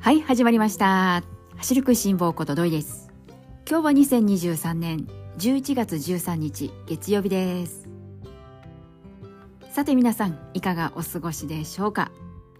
はい、始まりました。走る食いしん坊ことどいです。今日は2023年11月13日月曜日です。さて皆さん、いかがお過ごしでしょうか。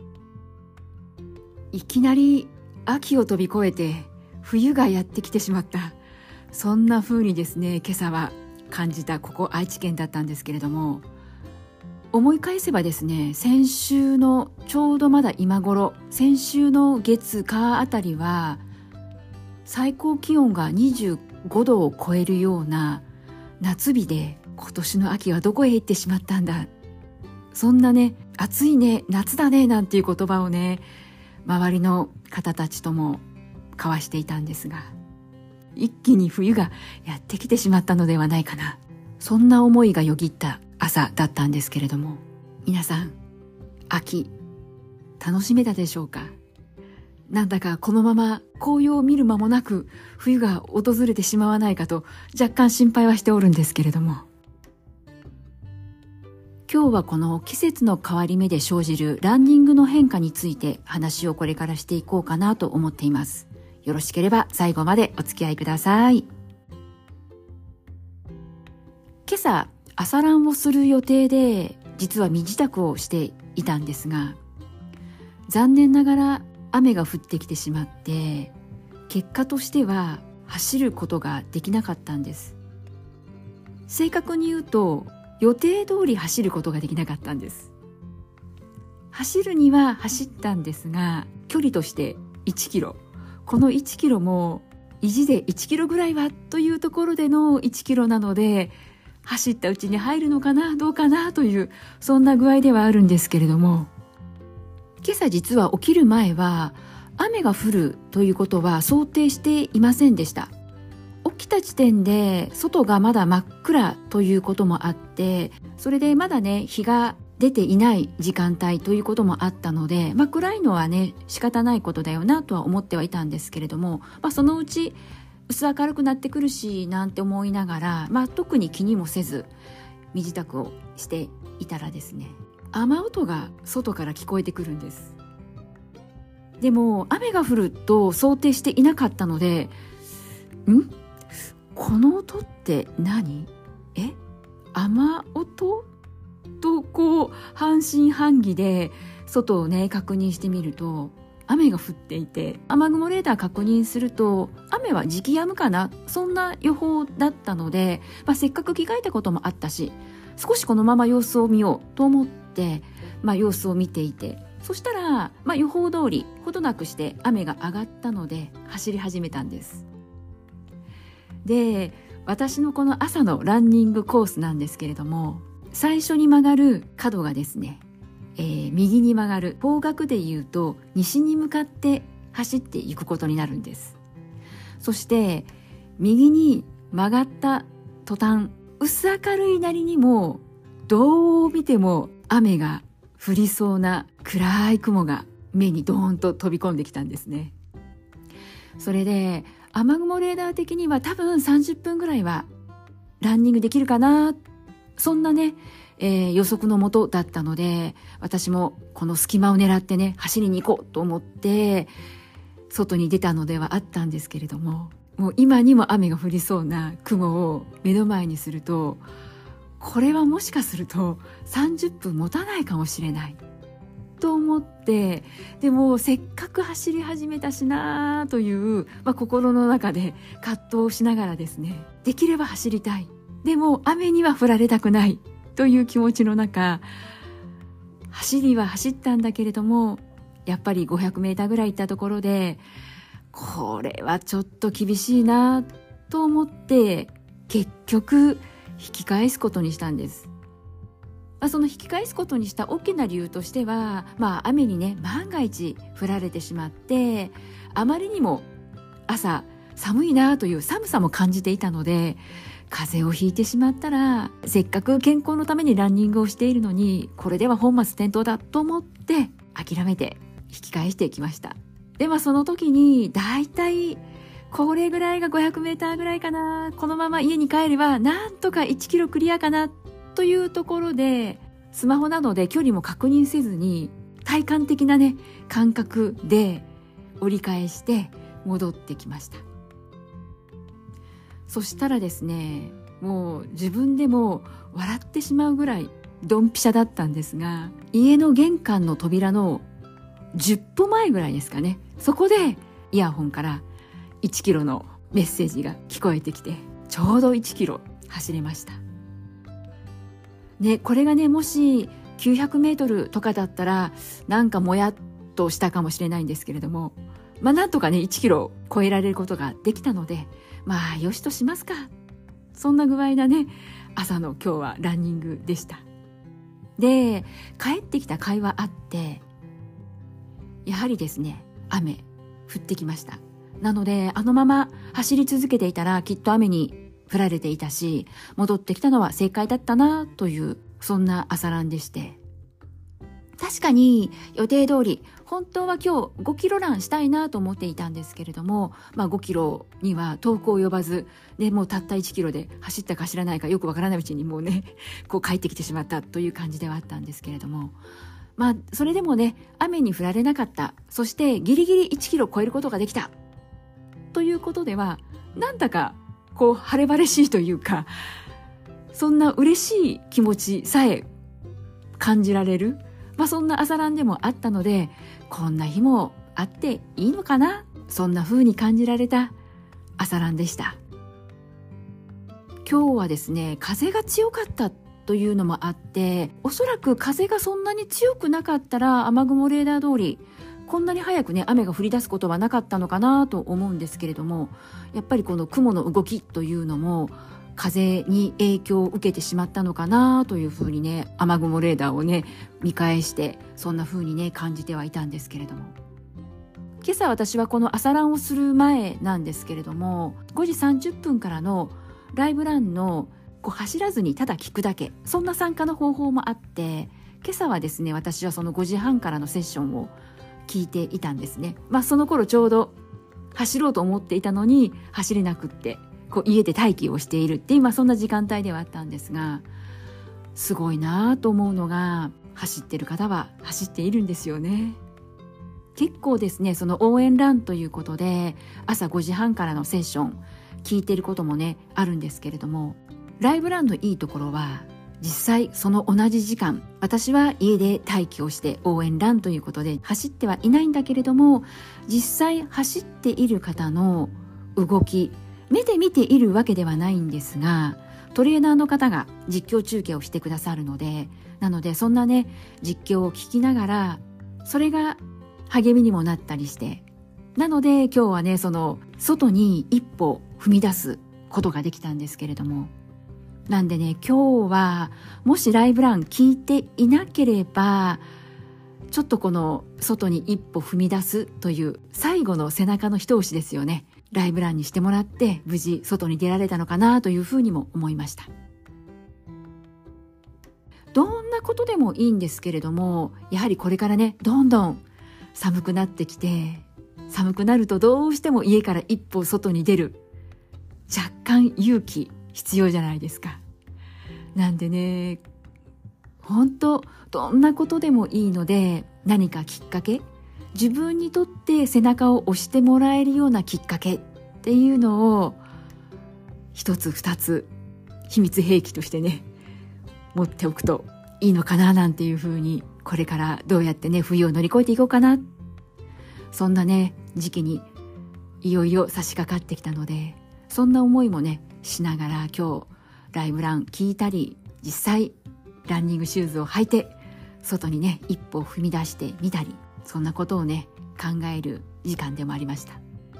いきなり秋を飛び越えて冬がやってきてしまった、そんな風にですね、今朝は感じたここ愛知県だったんですけれども、思い返せばですね、先週のちょうどまだ今頃、先週の月火あたりは最高気温が25度を超えるような夏日で、今年の秋はどこへ行ってしまったんだ、そんなね、暑いね、夏だねなんていう言葉をね、周りの方たちとも交わしていたんですが、一気に冬がやってきてしまったのではないかな、そんな思いがよぎった朝だったんですけれども、皆さん、秋楽しめたでしょうか。なんだかこのまま紅葉を見る間もなく冬が訪れてしまわないかと若干心配はしておるんですけれども、今日はこの季節の変わり目で生じるランニングの変化について話をこれからしていこうかなと思っています。よろしければ最後までお付き合いください。今朝朝ランをする予定で実は身支度をしていたんですが、残念ながら雨が降ってきてしまって、結果としては走ることができなかったんです。正確に言うと予定通り走ることができなかったんです。走るには走ったんですが、距離として1キロ、この1キロも意地で1キロぐらいはというところでの1キロなので、走ったうちに入るのかなどうかなという、そんな具合ではあるんですけれども、今朝実は起きる前は雨が降るということは想定していませんでした。起きた時点で外がまだ真っ暗ということもあって、それでまだね、日が出ていない時間帯ということもあったので、暗いのはね、仕方ないことだよなとは思ってはいたんですけれども、そのうち薄明るくなってくるしなんて思いながら、特に気にもせず身支度をしていたらですね、雨音が外から聞こえてくるんです。でも雨が降ると想定していなかったので、この音って何？雨音？とこう半信半疑で外をね、確認してみると雨が降っていて、雨雲レーダー確認すると雨はじき止むかな、そんな予報だったので、せっかく着替えたこともあったし、少しこのまま様子を見ようと思って、様子を見ていて、そしたら、予報通りほどなくして雨が上がったので走り始めたんです。で、私のこの朝のランニングコースなんですけれども、最初に曲がる角がですね、右に曲がる方角でいうと西に向かって走っていくことになるんです。そして右に曲がった途端、薄明るいなりにもどう見ても雨が降りそうな暗い雲が目にドーンと飛び込んできたんですね。それで雨雲レーダー的には多分30分ぐらいはランニングできるかな、そんなね、予測のもとだったので、私もこの隙間を狙ってね、走りに行こうと思って外に出たのではあったんですけれども、もう今にも雨が降りそうな雲を目の前にすると、これはもしかすると30分持たないかもしれないと思って、でもせっかく走り始めたしなという、心の中で葛藤をしながらですね、できれば走りたい、でも雨には降られたくないという気持ちの中、走りは走ったんだけれども、やっぱり500メーターぐらい行ったところで、これはちょっと厳しいなと思って結局引き返すことにしたんです。その引き返すことにした大きな理由としては、雨にね、万が一降られてしまって、あまりにも朝寒いなという寒さも感じていたので、風邪をひいてしまったら、せっかく健康のためにランニングをしているのに、これでは本末転倒だと思って諦めて引き返していきました。で、その時にだいたいこれぐらいが500メーターぐらいかな、このまま家に帰ればなんとか1キロクリアかなというところで、スマホなどで距離も確認せずに体感的なね、感覚で折り返して戻ってきました。そしたらですね、もう自分でも笑ってしまうぐらいドンピシャだったんですが、家の玄関の扉の10歩前ぐらいですかね、そこでイヤホンから1キロのメッセージが聞こえてきて、ちょうど1キロ走れましたね。これがね、もし900メートルとかだったらなんかもやっとしたかもしれないんですけれども、なんとかね1キロ超えられることができたので、よしとしますか。そんな具合なね、朝の今日はランニングでした。で、帰ってきた甲斐はあって、やはりですね、雨降ってきました。なのであのまま走り続けていたらきっと雨に降られていたし、戻ってきたのは正解だったなという、そんな朝ランでして、確かに予定通り本当は今日5キロランしたいなと思っていたんですけれども、5キロには遠く及ばず、でもうたった1キロで走ったか走らないかよくわからないうちにもうね、こう帰ってきてしまったという感じではあったんですけれども、それでもね、雨に降られなかった、そしてギリギリ1キロ超えることができたということでは、なんだかこう晴れ晴れしいというか、そんな嬉しい気持ちさえ感じられる、そんな朝ランでもあったので、こんな日もあっていいのかな、そんな風に感じられた朝ランでした。今日はですね、風が強かったというのもあって、おそらく風がそんなに強くなかったら雨雲レーダー通りこんなに早くね雨が降り出すことはなかったのかなと思うんですけれども、やっぱりこの雲の動きというのも風に影響を受けてしまったのかなというふうにね、雨雲レーダーをね見返してそんなふうにね感じてはいたんですけれども、今朝私はこの朝ランをする前なんですけれども、5時30分からのライブランの走らずにただ聞くだけ、そんな参加の方法もあって、今朝はですね、私はその5時半からのセッションを聞いていたんですね。その頃ちょうど走ろうと思っていたのに走れなくって、家で待機をしているっていう、そんな時間帯ではあったんですが、すごいなと思うのが、走ってる方は走っているんですよね。結構ですね、その応援ランということで朝5時半からのセッション聞いてることもねあるんですけれども、ライブランのいいところは、実際その同じ時間、私は家で待機をして応援ランということで走ってはいないんだけれども、実際走っている方の動き、目で見ているわけではないんですが、トレーナーの方が実況中継をしてくださるので、なのでそんなね実況を聞きながら、それが励みにもなったりして、なので今日はね、その外に一歩踏み出すことができたんですけれども、なんでね、今日はもしライブラン聞いていなければ、ちょっとこの外に一歩踏み出すという最後の背中の一押しですよね。ライブランにしてもらって無事外に出られたのかなというふうにも思いました。どんなことでもいいんですけれども、やはりこれからねどんどん寒くなってきて、寒くなるとどうしても家から一歩外に出る若干勇気必要じゃないですか。なんでね、本当どんなことでもいいので、何かきっかけ、自分にとって背中を押してもらえるようなきっかけっていうのを一つ二つ秘密兵器としてね持っておくといいのかな、なんていうふうに、これからどうやってね冬を乗り越えていこうかな、そんなね時期にいよいよ差し掛かってきたので、そんな思いもねしながら今日ライブラン聞いたり、実際ランニングシューズを履いて外にね一歩踏み出してみたり、そんなことをね考える時間でもありました。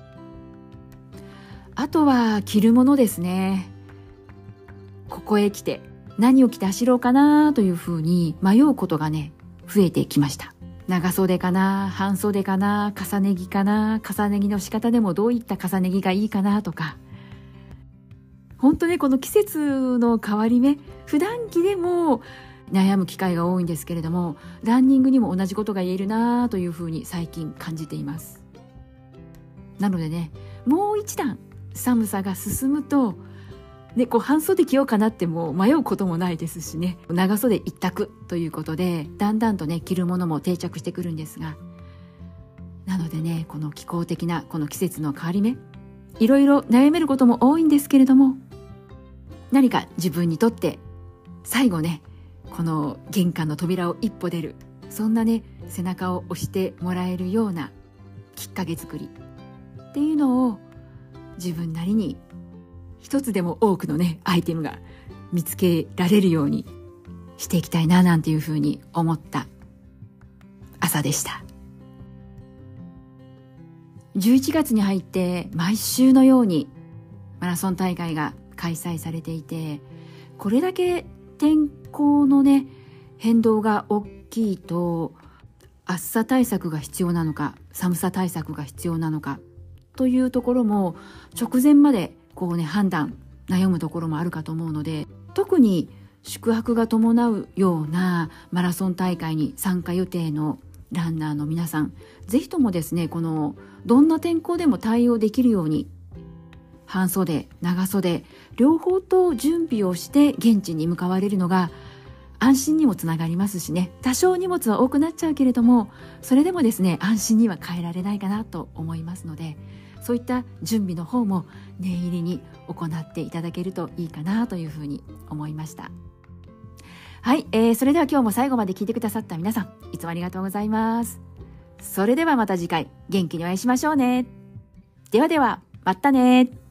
あとは着るものですね。ここへ来て何を着て走ろうかなというふうに迷うことがね増えてきました。長袖かな、半袖かな、重ね着かな、重ね着の仕方でもどういった重ね着がいいかなとか、本当ねこの季節の変わり目、普段着でも悩む機会が多いんですけれども、ランニングにも同じことが言えるなというふうに最近感じています。なのでね、もう一段寒さが進むとね、半袖着ようかなっても迷うこともないですしね、長袖一択ということでだんだんとね着るものも定着してくるんですが、 なのでね、この気候的なこの季節の変わり目、いろいろ悩めることも多いんですけれども、何か自分にとって最後ね、この玄関の扉を一歩出る、そんなね背中を押してもらえるようなきっかけ作りっていうのを自分なりに一つでも多くのねアイテムが見つけられるようにしていきたいな、なんていうふうに思った朝でした。11月に入って毎週のようにマラソン大会が開催されていて、これだけ天候のね変動が大きいと暑さ対策が必要なのか寒さ対策が必要なのかというところも直前までこうね判断悩むところもあるかと思うので、特に宿泊が伴うようなマラソン大会に参加予定のランナーの皆さん、ぜひともですね、このどんな天候でも対応できるように半袖長袖両方と準備をして現地に向かわれるのが安心にもつながりますしね、多少荷物は多くなっちゃうけれども、それでもですね安心には変えられないかなと思いますので、そういった準備の方も念入りに行っていただけるといいかなというふうに思いました。はい、それでは今日も最後まで聞いてくださった皆さん、いつもありがとうございます。それではまた次回元気にお会いしましょうね。ではでは、またね。